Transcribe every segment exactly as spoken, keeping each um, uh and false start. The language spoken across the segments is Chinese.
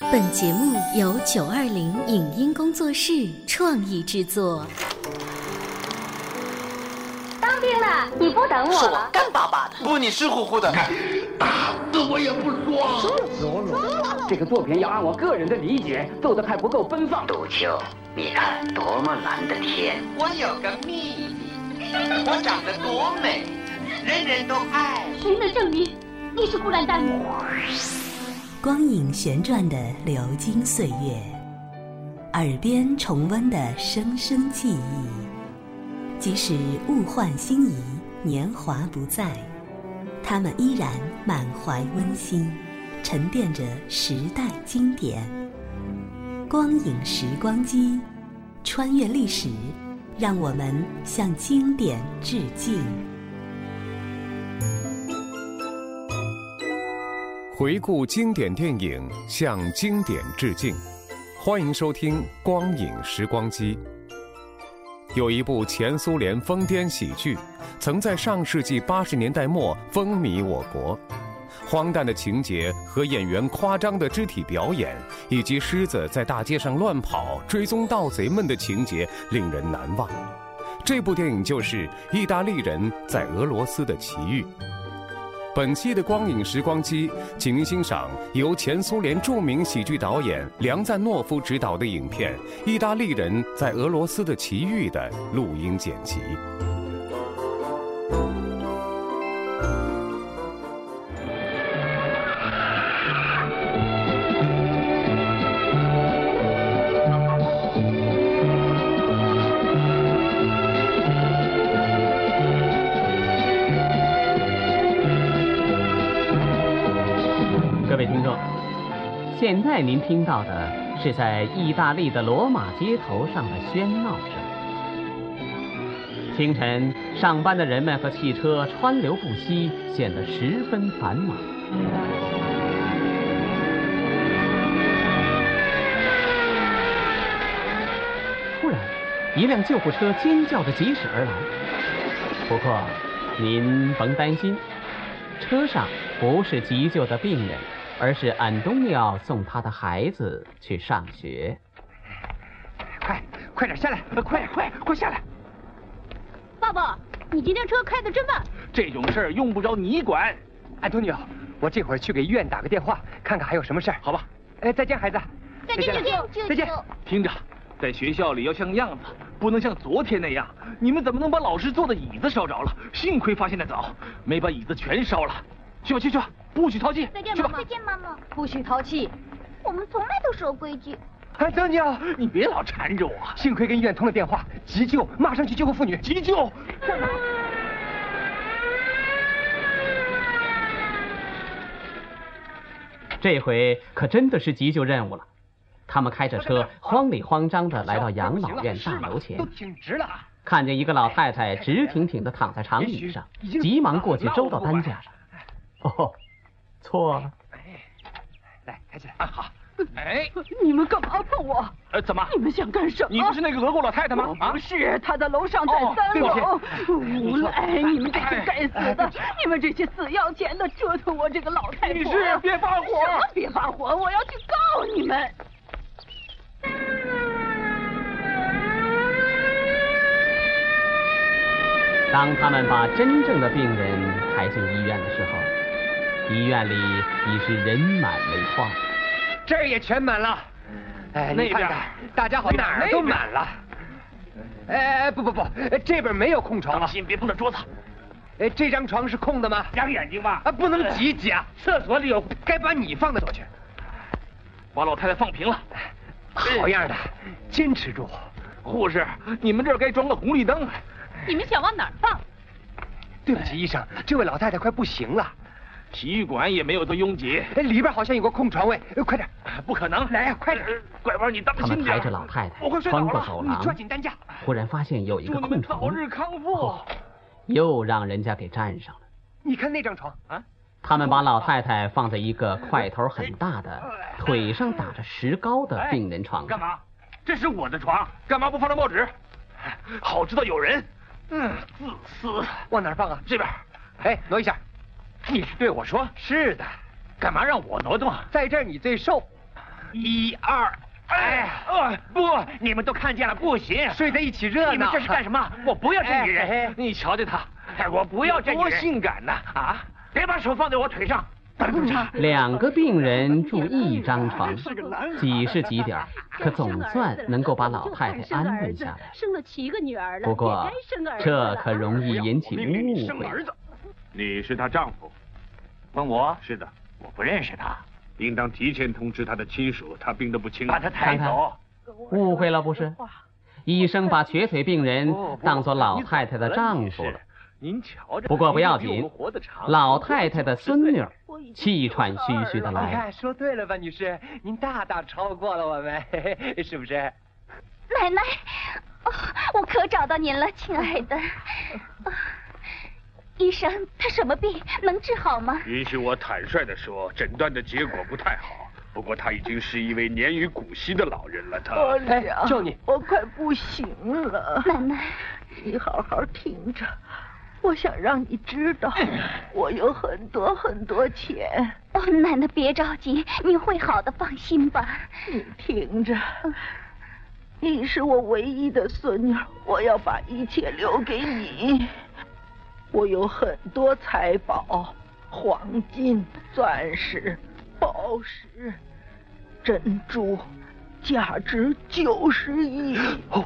本节目由九二零影音工作室创意制作。 当兵了，你不等我了？ 是我干巴巴的，不，你湿乎乎的。 打死我也不说。 罗罗，这个作品要按我个人的理解做得还不够奔放。 杜秋，你看多么蓝的天！ 我有个秘密，我长得多美，人人都爱。 谁能证明你是孤兰丹？ 光影旋转的流金岁月，耳边重温的声声记忆，即使物换星移，年华不在，他们依然满怀温馨，沉淀着时代经典。光影时光机，穿越历史，让我们向经典致敬。 回顾经典电影，向经典致敬。欢迎收听《光影时光机》。有一部前苏联疯癫喜剧，曾在上世纪八十年代末风靡我国。荒诞的情节和演员夸张的肢体表演，以及狮子在大街上乱跑追踪盗贼们的情节，令人难忘。这部电影就是《意大利人在俄罗斯的奇遇》。本期的光影时光机，请您欣赏由前苏联著名喜剧导演梁赞诺夫执导的影片《意大利人在俄罗斯的奇遇》的录音剪辑。 各位听众，现在您听到的是在意大利的罗马街头上的喧闹声。清晨，上班的人们和汽车川流不息，显得十分繁忙。突然，一辆救护车尖叫着疾驶而来。不过，您甭担心，车上不是急救的病人，而是安东尼奥送他的孩子去上学。 快，快点下来！快快快下来！ 爸爸，你今天车开得真慢。 这种事儿用不着你管。 安东尼奥，我这会儿去给医院打个电话，看看还有什么事儿。 好吧。 哎，再见，孩子。 再见，再见， 再见。 听着，在学校里要像样子，不能像昨天那样。你们怎么能把老师坐的椅子烧着了？幸亏发现的早，没把椅子全烧了。去吧，去去吧，不许淘气。 再见，妈妈。再见，妈妈。不许淘气，我们从来都守规矩。 安东尼奥， 你别老缠着我。 幸亏跟医院通了电话，急救，马上去救护妇女。 急救？干嘛？ 这回可真的是急救任务了。他们开着车，慌里慌张地来到养老院大楼前， 都挺直了。 看见一个老太太直挺挺地躺在长椅上，急忙过去周到担架上。哦，错了。 来，抬起来。 啊，好。哎， 你们干嘛碰我？ 呃，怎么？ 你们想干什么？ 你不是那个俄国老太太吗？ 我不是，她在楼上，在三楼。无赖！你们这些该死的！你们这些死要钱的，折腾我这个老太婆！ 你是别发火！ 什么别发火？我要去告你们！ 当他们把真正的病人抬进医院的时候，医院里已是人满为患。 这儿也全满了。哎， 那边大家好，哪儿都满了。哎，不不不，这边没有空床了。 当心别碰到桌子。 哎，这张床是空的吗？ 养眼睛吧。 啊，不能挤挤啊！ 厕所里有， 该把你放得过去。 把老太太放平了。 好样的，坚持住。 护士，你们这儿该装个红绿灯。 你们想往哪儿放？ 对不起，医生，这位老太太快不行了。 体育馆也没有多拥挤， 里边好像有个空床位，快点！ 不可能， 来呀，快点！ 拐弯，你当心点。 他们抬着老太太穿过走廊， 你抓紧担架。 忽然发现有一个空床， 早日康复、 哦，又让人家给占上了。 你看那张床啊！ 他们把老太太放在一个块头很大的、腿上打着石膏的病人床上。 干嘛？这是我的床，干嘛不放张报纸？好知道有人。嗯，自私。 往哪儿放啊？ 这边。 哎，挪一下。 你是对我说？ 是的。 干嘛让我挪动？ 在这儿你最瘦。 一二，哎， 呃，不，你们都看见了，不行， 睡在一起热闹。 你们这是干什么？我不要这女人， 哎、你瞧瞧她， 哎，我不要这女人， 多性感呐！ 啊，别把手放在我腿上。 两个病人住一张床，几是几点，可总算能够把老太太安顿下来。 生了七个女儿了， 不过这可容易引起误会。 你是她丈夫？ 问我？ 是的， 我不认识她， 应当提前通知她的亲属，她病得不轻， 把她抬走。 误会了不是？医生把瘸腿病人当作老太太的丈夫了。 您瞧着， 不过不要紧，老太太的孙女气喘吁吁的来。 你看，说对了吧，女士？您大大超过了我们，嘿嘿，是不是？ 奶奶，哦，我可找到您了，亲爱的。哦，医生，他什么病？能治好吗？ 允许我坦率地说，诊断的结果不太好。不过他已经是一位年逾古稀的老人了。他， 我俩， 救你！ 我快不行了。 奶奶， 你好好听着。我想让你知道，我有很多很多钱。 哦，奶奶别着急，你会好的，放心吧。 你听着，你是我唯一的孙女，我要把一切留给你。我有很多财宝，黄金、钻石、宝石、珍珠，价值九十亿。哦。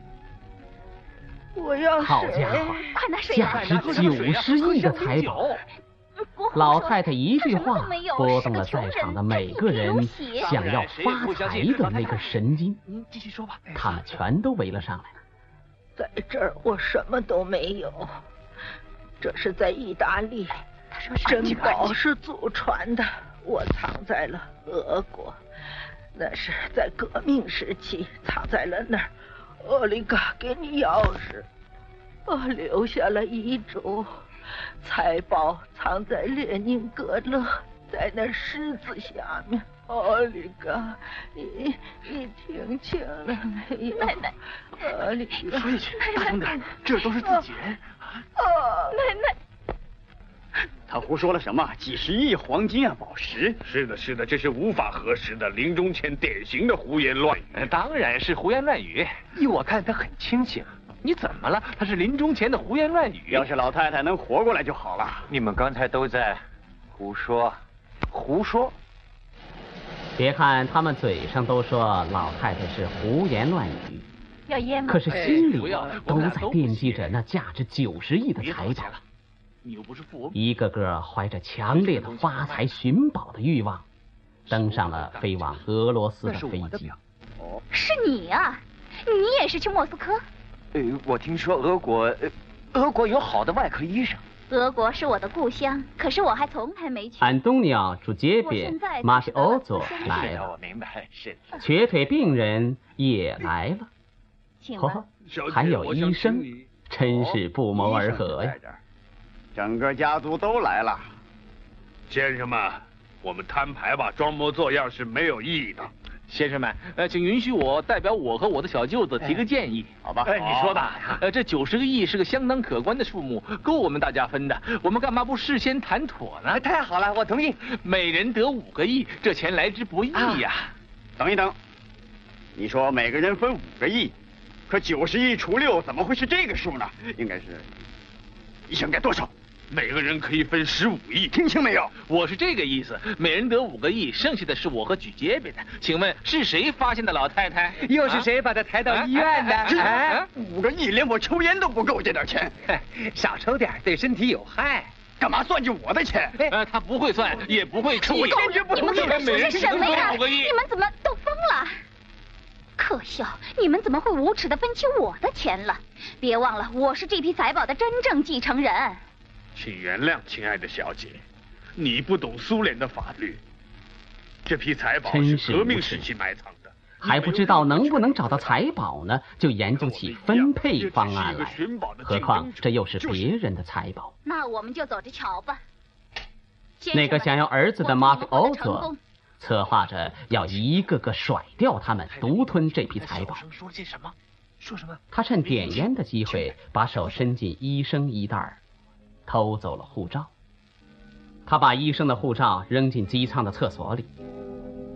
我要水， 好家伙， 快拿水价值九十亿的财宝！老太太一句话拨动了在场的每个人想要发财的那根神经。 您继续说吧。 他们全都围了上来。 在这儿我什么都没有，这是在意大利，珍宝是祖传的，我藏在了俄国，那是在革命时期藏在了那儿。奥利嘎给你钥匙，我留下了遗嘱，财宝藏在列宁格勒，在那狮子下面。奥利嘎，你你听清了没有？ 奶奶， 奥利嘎， 说下去，大声点，这都是自己人。 啊， 奶奶。 他胡说了什么？几十亿黄金啊，宝石！ 是的，是的，这是无法核实的，临终前典型的胡言乱语。 当然是胡言乱语， 依我看他很清醒。 你怎么了？他是临终前的胡言乱语。 要是老太太能活过来就好了。 你们刚才都在胡说，胡说。 别看他们嘴上都说老太太是胡言乱语， 要烟吗？ 可是心里都在惦记着那价值九十亿的财宝。 你又不是富翁， 一个个怀着强烈的发财寻宝的欲望，登上了飞往俄罗斯的飞机。 是你啊，你也是去莫斯科？ 呃，我听说俄国，呃，俄国有好的外科医生。 俄国是我的故乡，可是我还从来没去。 安东尼奥·朱杰别马菲欧佐来了， 我明白，是的。 瘸腿病人也来了， 哦， 还有医生，真是不谋而合呀。 整个家族都来了， 先生们，我们摊牌吧，装模作样是没有意义的。 先生们，呃，请允许我代表我和我的小舅子提个建议， 好吧？ 哎，你说吧。 呃，这九十个亿是个相当可观的数目，够我们大家分的。我们干嘛不事先谈妥呢？ 太好了，我同意。 每人得五个亿，这钱来之不易呀。啊、 等一等，你说每个人分五个亿，可九十亿除六，怎么会是这个数呢？应该是，你想该多少？ 每个人可以分十五亿， 听清没有？ 我是这个意思，每人得五个亿，剩下的是我和举街别的。请问是谁发现的老太太？ 又是谁把她抬到医院的？ 啊啊啊、五个亿连我抽烟都不够这点钱， 少抽点对身体有害。 干嘛算计我的钱？ 呃，他不会算，也不会记。 我坚决不同意。 你们说的是什么呀？你们怎么都疯了？可笑！你们怎么会无耻的分起我的钱了？别忘了，我是这批财宝的真正继承人。 请原谅，亲爱的小姐，你不懂苏联的法律。这批财宝是革命时期埋藏的， 还不知道能不能找到财宝呢，就研究起分配方案来。何况这又是别人的财宝。 那我们就走着瞧吧。 那个想要儿子的马菲欧佐策划着要一个个甩掉他们，独吞这批财宝。 说些什么？说什么？ 他趁点烟的机会，把手伸进医生衣袋，偷走了护照。他把医生的护照扔进机舱的厕所里。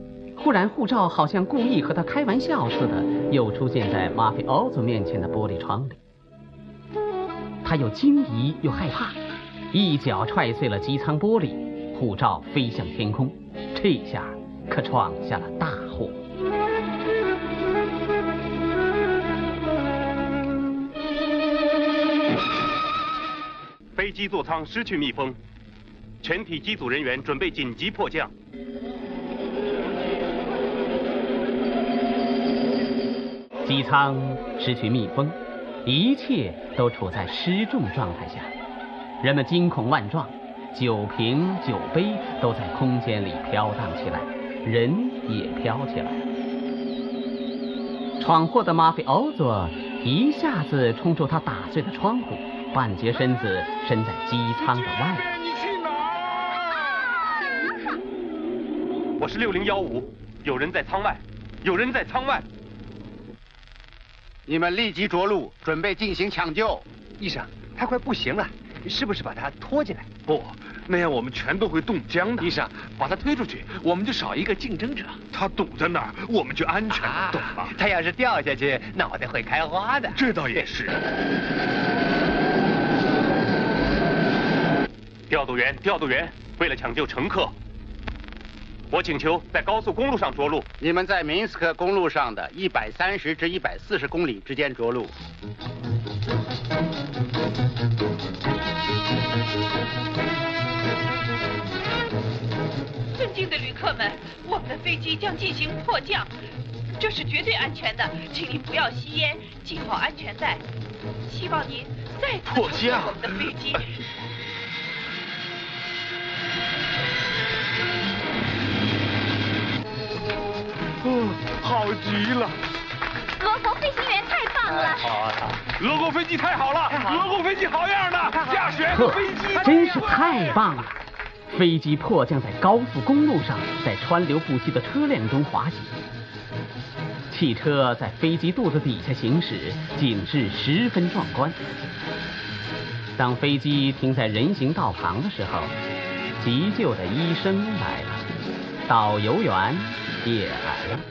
忽然护照好像故意和他开玩笑似的，又出现在马菲奥佐面前的玻璃窗里。他又惊疑又害怕，一脚踹碎了机舱玻璃，护照飞向天空。这下可闯下了大祸。 飞机座舱失去密封，全体机组人员准备紧急迫降。 机舱失去密封，一切都处在失重状态下，人们惊恐万状，酒瓶酒杯都在空间里飘荡起来，人也飘起来。闯祸的马菲奥佐一下子冲出他打碎的窗户，半截身子伸在机舱的外面。 你去哪儿？我是六零幺五，有人在舱外，有人在舱外。 你们立即着陆，准备进行抢救。 医生，他快不行了，是不是把他拖进来？ 不，那样我们全都会冻僵的。 医生，把他推出去，我们就少一个竞争者。 他堵在那儿，我们就安全了，啊、懂吗？ 他要是掉下去，脑袋会开花的。 这倒也是。 调度员，调度员，为了抢救乘客，我请求在高速公路上着陆。 你们在明斯克公路上的一百三十至一百四十公里之间着陆。 尊敬的旅客们，我们的飞机将进行迫降，这是绝对安全的，请您不要吸烟，系好安全带。希望您再次乘坐我们的飞机。 哦，好极了！ 俄国飞行员太棒了！ 俄国飞机太好了，俄国飞机好样的，驾驶员和飞机真是太棒了！飞机迫降在高速公路上，在川流不息的车辆中滑行。汽车在飞机肚子底下行驶，景致十分壮观。当飞机停在人行道旁的时候，急救的医生来了，导游员也来了。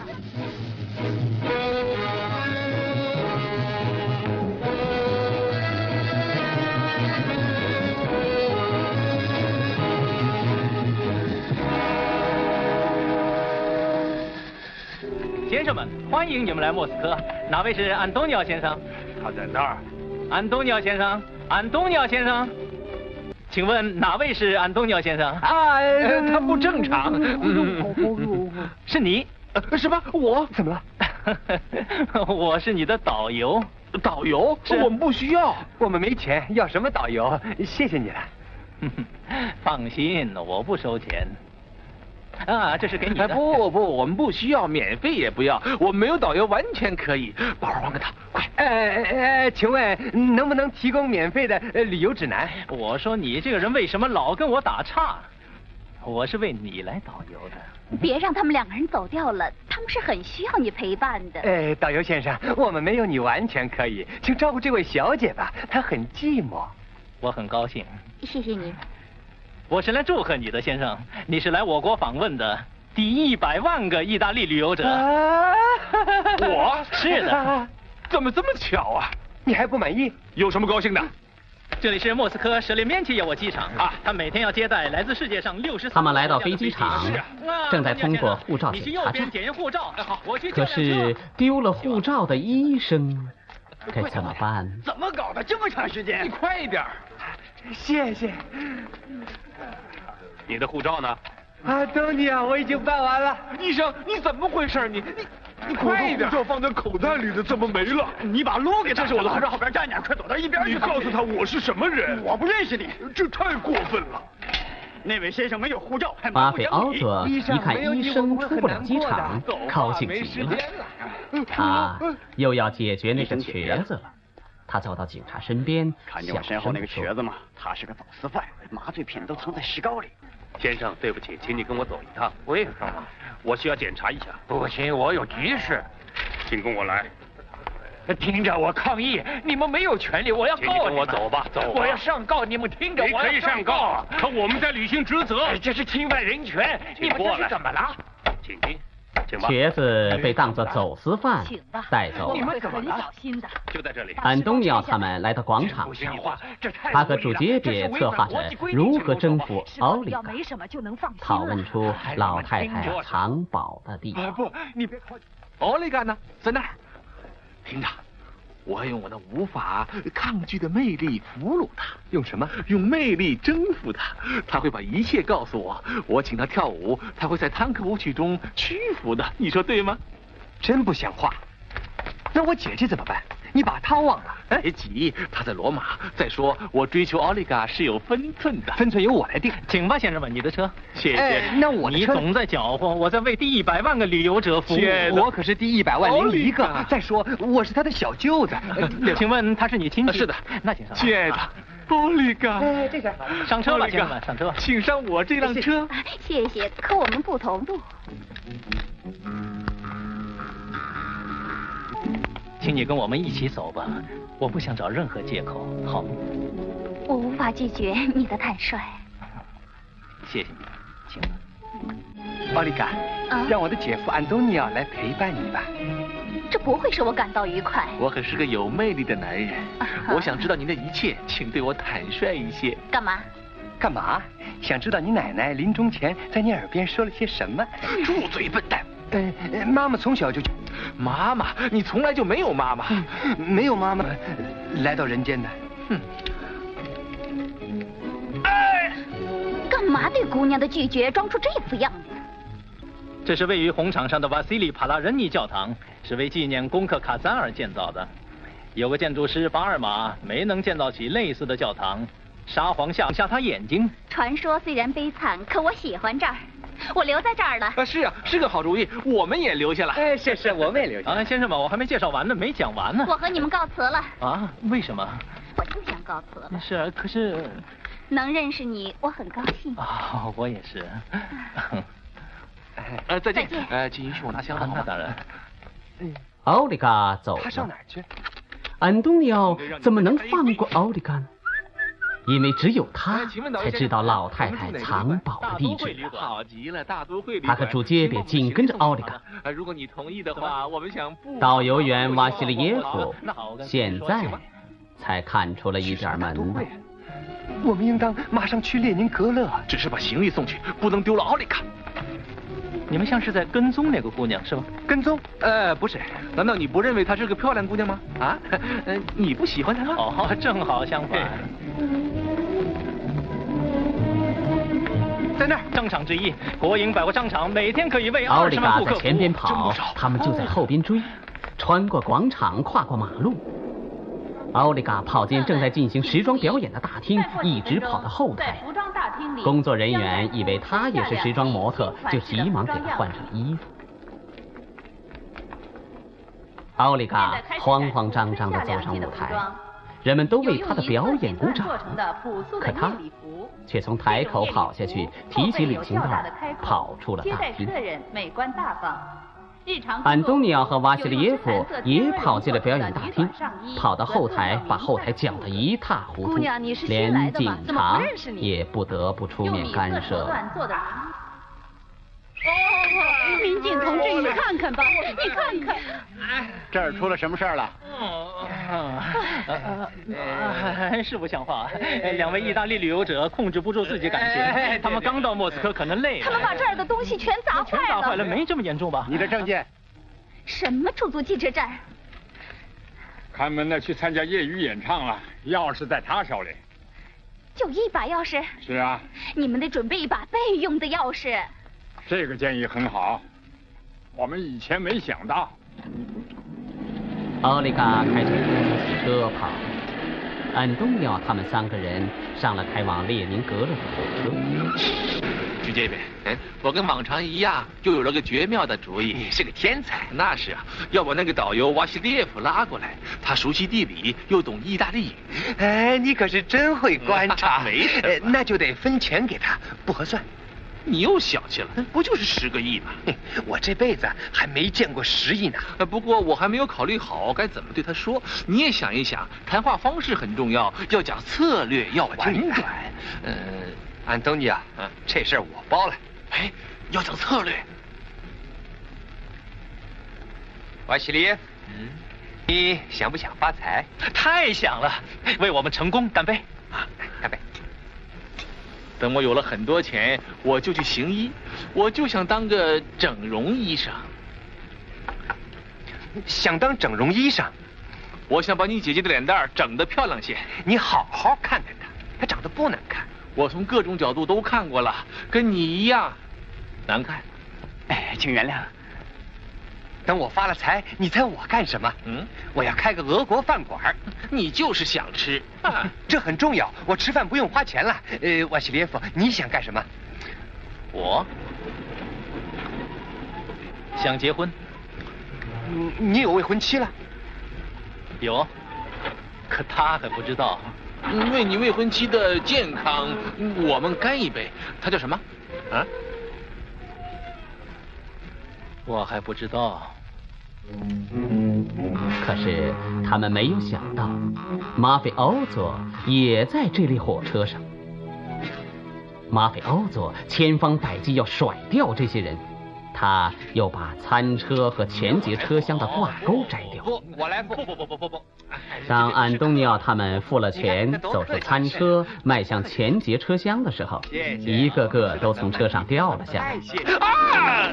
先生们，欢迎你们来莫斯科。哪位是安东尼奥先生？ 他在那儿。 安东尼奥先生，安东尼奥先生，请问哪位是安东尼奥先生？ 啊，他不正常。 嗯、是你？ 什么？我怎么了？ 我是你的导游。 导游？我们不需要，我们没钱，要什么导游？谢谢你了。 放心，我不收钱。啊，这是给你的。 不不，我们不需要，免费也不要，我们没有导游完全可以。宝儿还给他，快！ 哎哎，请问能不能提供免费的旅游指南？ 我说你这个人为什么老跟我打岔？我是为你来导游的。 别让他们两个人走掉了，他们是很需要你陪伴的。 哎，导游先生，我们没有你完全可以，请照顾这位小姐吧，她很寂寞。 我很高兴。 谢谢你。 我是来祝贺你的，先生，你是来我国访问的第一百万个意大利旅游者。 啊、 我是的， 怎么这么巧啊？ 你还不满意？ 有什么高兴的？ 这里是莫斯科舍列面契耶沃机场啊，他每天要接待来自世界上六十。 他们来到飞机场，正在通过护照检查站。 检验护照。好，我去。 可是丢了护照的医生该怎么办？ 怎么搞的这么长时间？ 你快一点。 谢谢。 你的护照呢？ 啊，东尼啊，我已经办完了。 医生，你怎么回事？你你你快一点！ 护照放在口袋里的，怎么没了？ 你把路给他。 这是我的护照，后边站点，快躲到一边去。 你告诉他我是什么人？ 我不认识你， 这太过分了。 那位先生没有护照，还马菲奥佐一看医生出不了机场，高兴极了。他又要解决那个瘸子了。他走到警察身边， 看见我身后那个瘸子吗？他是个走私犯，麻醉品都藏在石膏里。 先生，对不起，请你跟我走一趟。为什么？我需要检查一下。 不行，我有急事。 请跟我来。 听着，我抗议！你们没有权利，我要告你们。 请你跟我走吧，走吧。 我要上告你们，听着， 你可以上告，可我们在履行职责。 这是侵犯人权，你们这是怎么了？ 请进，请吧。 瘸子被当作走私犯带走了。 你们很小心的。 就在这里。 安东尼奥他们来到广场上，他和主杰别策划着如何征服奥利嘎，讨问出老太太藏宝的地方。 不，你别靠近。奥利嘎呢？在那儿。听着。我要用我的无法抗拒的魅力俘虏他。 用什么？ 用魅力征服他。他会把一切告诉我。我请他跳舞，他会在探戈舞曲中屈服的。你说对吗？ 真不像话。那我姐姐怎么办？你把她忘了？ 别急，她在罗马。再说，我追求奥利嘎是有分寸的， 分寸由我来定。 请吧，先生们，你的车。 谢谢。 哎、那我的车。你总在搅和，我在为第一百万个旅游者服务。 我可是第一百万零一个。再说，我是他的小舅子。 请问他是你亲戚？ 是的。 那请上。 亲爱的，奥利嘎。 哎，这个上车吧，先生们，上车。 请上我这辆车。 谢谢，可我们不同路。 请你跟我们一起走吧，我不想找任何借口，好吗？ 我无法拒绝你的坦率。 谢谢你，请吧。 奥利嘎，啊、让我的姐夫安东尼奥来陪伴你吧。 这不会使我感到愉快。 我可是个有魅力的男人，啊、我想知道您的一切，请对我坦率一些。 干嘛？ 干嘛？想知道你奶奶临终前在你耳边说了些什么？ 住嘴，笨蛋！ 呃，妈妈从小就…… 妈妈，你从来就没有妈妈， 嗯、没有妈妈来到人间的。 哼！ 哎，干嘛对姑娘的拒绝装出这副样子？ 这是位于红场上的瓦西里帕拉仁尼教堂，是为纪念攻克卡赞而建造的。有个建筑师巴尔马没能建造起类似的教堂，沙皇吓瞎他眼睛。 传说虽然悲惨，可我喜欢这儿。我留在这儿了。 啊，是啊，是个好主意，我们也留下了。 哎，是是，我们也留下了。 啊，先生们，我还没介绍完呢，没讲完呢。 我和你们告辞了。 啊？为什么？ 我就想告辞了。 是啊，可是能认识你，我很高兴。 啊，我也是。 呃，再见。呃，请允许我拿箱子。 那当然。 嗯，奥利嘎走了。 他上哪儿去？ 安东尼奥怎么能放过奥利嘎呢？因为只有他才知道老太太藏宝的地址。 好极了，大都会。 他和主街别紧跟着奥利嘎。 如果你同意的话，我们想不。 导游员瓦西里耶夫现在才看出了一点门道。 我们应当马上去列宁格勒， 只是把行李送去，不能丢了奥利嘎。 你们像是在跟踪那个姑娘是吗？ 跟踪？ 呃，不是。难道你不认为她是个漂亮姑娘吗？啊？呃，你不喜欢她吗？ 哦，正好相反。 在那儿， 商场之一，国营百货商场每天可以为奥利嘎在二十万顾客前边跑，他们就在后边追，穿过广场，跨过马路。奥利嘎跑进正在进行时装表演的大厅，一直跑到后台。工作人员以为他也是时装模特，就急忙给他换上衣服。奥利嘎慌慌张张地走上舞台，人们都为他的表演鼓掌，可他却从台口跑下去，提起旅行袋，跑出了大厅。安东尼奥和瓦西里耶夫也跑进了表演大厅，跑到后台，把后台搅得一塌糊涂，连警察也不得不出面干涉。 哦，民警同志，你看看吧，你看看， 这儿出了什么事儿了？ 呃，是不像话！两位意大利旅游者控制不住自己感情，他们刚到莫斯科，可能累了。 他们把这儿的东西全砸坏了。 全砸坏了，没这么严重吧？ 你的证件？ 什么出租汽车站？ 看门的去参加业余演唱了，钥匙在他手里。 就一把钥匙？ 是啊。 你们得准备一把备用的钥匙。 这个建议很好，我们以前没想到。 奥利嘎开着出租汽车跑，安东尼奥他们三个人上了开往列宁格勒的火车。 去这边，哎，我跟往常一样，又有了个绝妙的主意。 你是个天才。 那是啊，要把那个导游瓦西列夫拉过来，他熟悉地理，又懂意大利语。 哎，你可是真会观察。 没什么， 那就得分钱给他，不合算。 你又小气了，不就是十个亿吗？ 我这辈子还没见过十亿呢。 不过我还没有考虑好该怎么对他说。你也想一想，谈话方式很重要，要讲策略，要婉转。 呃，安东尼啊，这事儿我包了。 哎，要讲策略， 瓦西里耶夫，嗯，你想不想发财？ 太想了！为我们成功干杯！ 啊，干杯！ 等我有了很多钱，我就去行医，我就想当个整容医生。 想当整容医生？ 我想把你姐姐的脸蛋整得漂亮些。 你好好看看她，她长得不难看。 我从各种角度都看过了，跟你一样难看。 哎，请原谅。等我发了财，你猜我干什么？嗯，我要开个俄国饭馆。 你就是想吃啊，这很重要。我吃饭不用花钱了。呃，瓦西列夫，你想干什么？ 我想结婚。 你你有未婚妻了？ 有，可他还不知道。 为你未婚妻的健康，我们干一杯。他叫什么？啊？ 我还不知道。 可是他们没有想到，马菲奥佐也在这列火车上。马菲奥佐千方百计要甩掉这些人，他又把餐车和前节车厢的挂钩摘掉。 不，我来付。不不不不不不。 当安东尼奥他们付了钱，走出餐车，迈向前节车厢的时候，一个个都从车上掉了下来。 啊！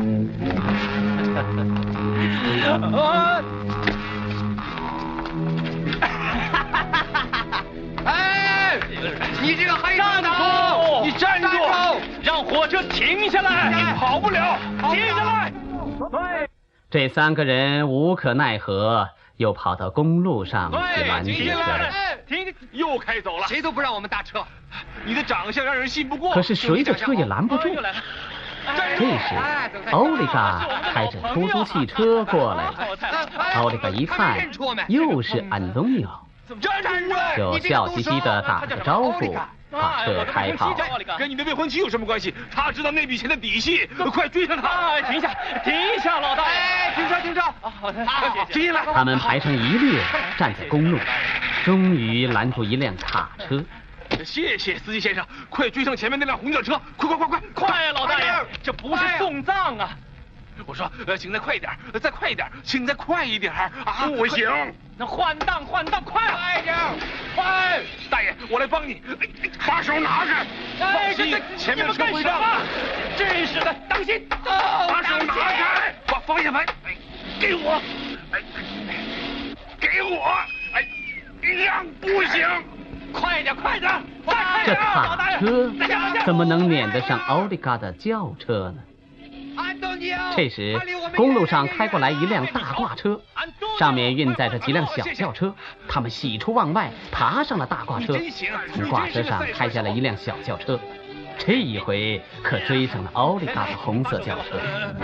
哎，你这个黑站住！ 你站住！ 让火车停下来！你跑不了，停下来！ 这三个人无可奈何，又跑到公路上去拦截车。 停！又开走了， 谁都不让我们搭车。 你的长相让人信不过。 可是谁的车也拦不住。这时，欧里嘎开着出租汽车过来了。欧里嘎一看，又是安东尼奥，就笑嘻嘻地打了个招呼，把车开跑。 跟你的未婚妻有什么关系？他知道那笔钱的底细，快追上他！ 停下，停下，老大爷！ 哎，停车，停车！ 好，进来。 他们排成一列，站在公路，终于拦住一辆卡车。 谢谢司机先生，快追上前面那辆红轿车！快快快快快呀，老大爷！这不是送葬啊！ 我说，呃，请再快一点，再快一点，请再快一点啊！ 不行， 那换挡换挡，快快一点， 快！大爷，我来帮你， 把手拿开！ 哎， 放心，前面车会让。 真是的，当心！ 把手拿开！ 把方向盘给我！ 哎，给我！哎，让不行！ 快点，快点！ 这卡车怎么能撵得上奥利嘎的轿车呢？这时，公路上开过来一辆大挂车，上面运载着几辆小轿车。他们喜出望外，爬上了大挂车，从挂车上开下了一辆小轿车。这一回可追上了奥利嘎的红色轿车。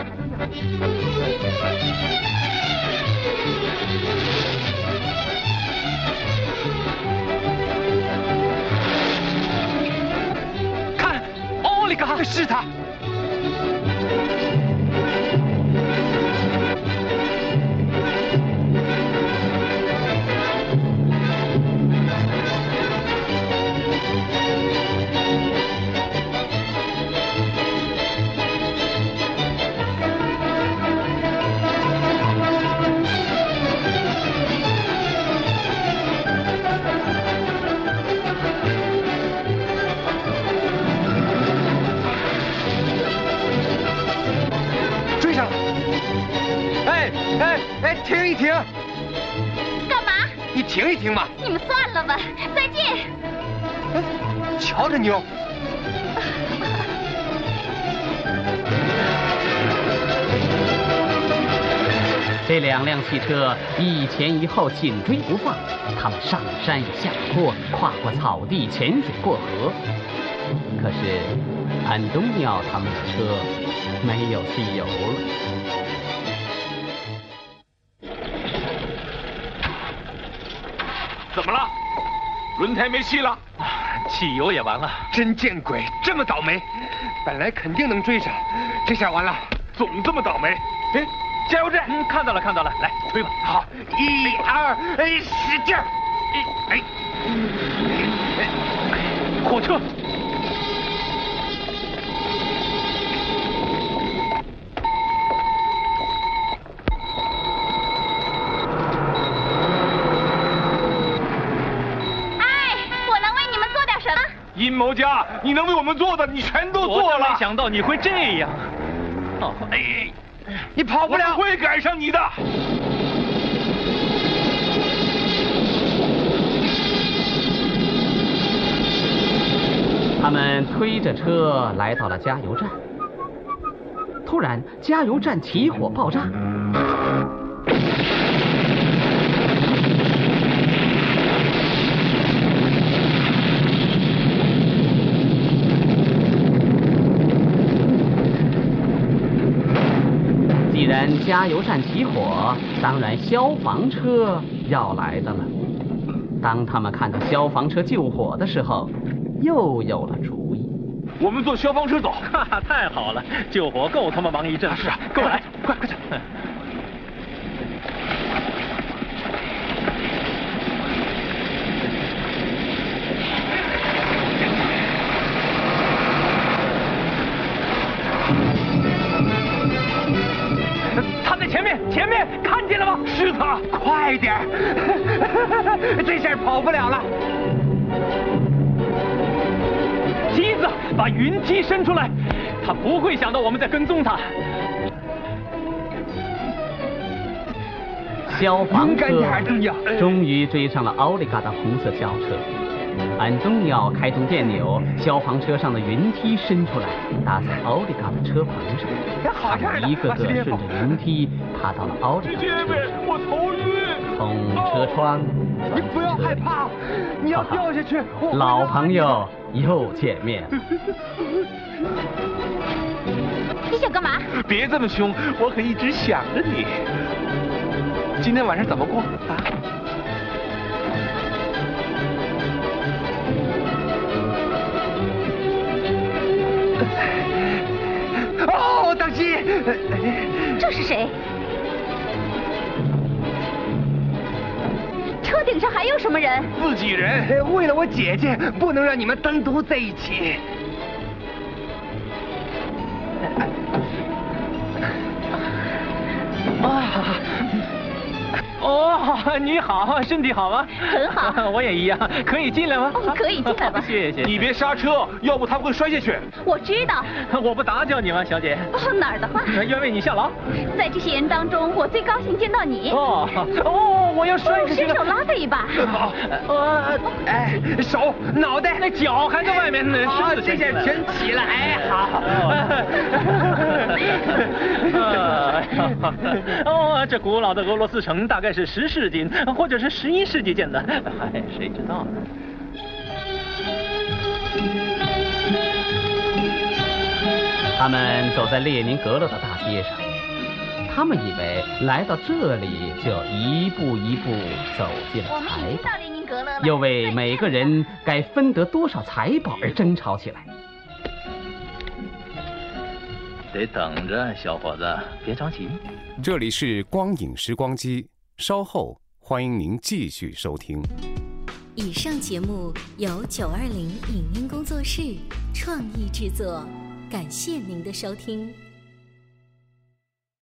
看，奥利嘎， 是他。停一停！ 干嘛？ 你停一停嘛！ 你们算了吧，再见。 瞧着妞。 这两辆汽车一前一后紧追不放，他们上山下坡，跨过草地，潜水过河。可是安东尼奥他们的车没有汽油了。 怎么了？轮胎没气了？ 汽油也完了。 真见鬼，这么倒霉！本来肯定能追上，这下完了。 总这么倒霉？哎，加油站！ 嗯，看到了，看到了，来推吧。 好，一二，哎，使劲儿！哎， 火车！ 谋家，你能为我们做的，你全都做了。 我没想到你会这样。哦，哎， 你跑不了， 我会赶上你的。 他们推着车来到了加油站，突然，加油站起火爆炸。既然加油站起火，当然消防车要来的了。当他们看到消防车救火的时候，又有了主意。 我们坐消防车走。 哈哈，太好了，救火够他们忙一阵子。 是啊， 跟我来， 快快走。 他在前面，前面看见了吗？ 是他， 快点！这下跑不了了。 梯子，把云梯伸出来，他不会想到我们在跟踪他。 消防车终于追上了奥利嘎的红色轿车。安东尼奥开动电钮，消防车上的云梯伸出来，搭在奥利嘎的车棚上。他们一个个顺着云梯爬到了奥利嘎的车上。 我头晕。 从车窗你不要害怕，你要掉下去。 老朋友又见面了。 你想干嘛？ 别这么凶，我可一直想着你。今天晚上怎么过啊？ 哦，当心！ 这是谁？车顶上还有什么人？ 自己人。 为了我姐姐，不能让你们单独在一起。 啊！哦，你好，身体好吗？ 很好。 我也一样，可以进来吗？ 哦，可以进来吧。 谢谢。 你别刹车，要不他会摔下去。 我知道。 我不打搅你吗，小姐？ 哦，哪儿的话？ 愿为你效劳。 在这些人当中，我最高兴见到你。 哦哦，我要摔下去了。 伸手拉他一把。 好。呃，哎，手、脑袋、 那脚还在外面呢。 好，这下全起来。哎，好。 哦，这古老的俄罗斯城大概是十世纪或者是十一世纪建的，哎，谁知道呢？ 他们走在列宁格勒的大街上，他们以为来到这里就一步一步走进了财宝，又为每个人该分得多少财宝而争吵起来。 得等着，小伙子，别着急。 这里是光影时光机，稍后欢迎您继续收听。 以上节目由九二零影音工作室创意制作，感谢您的收听。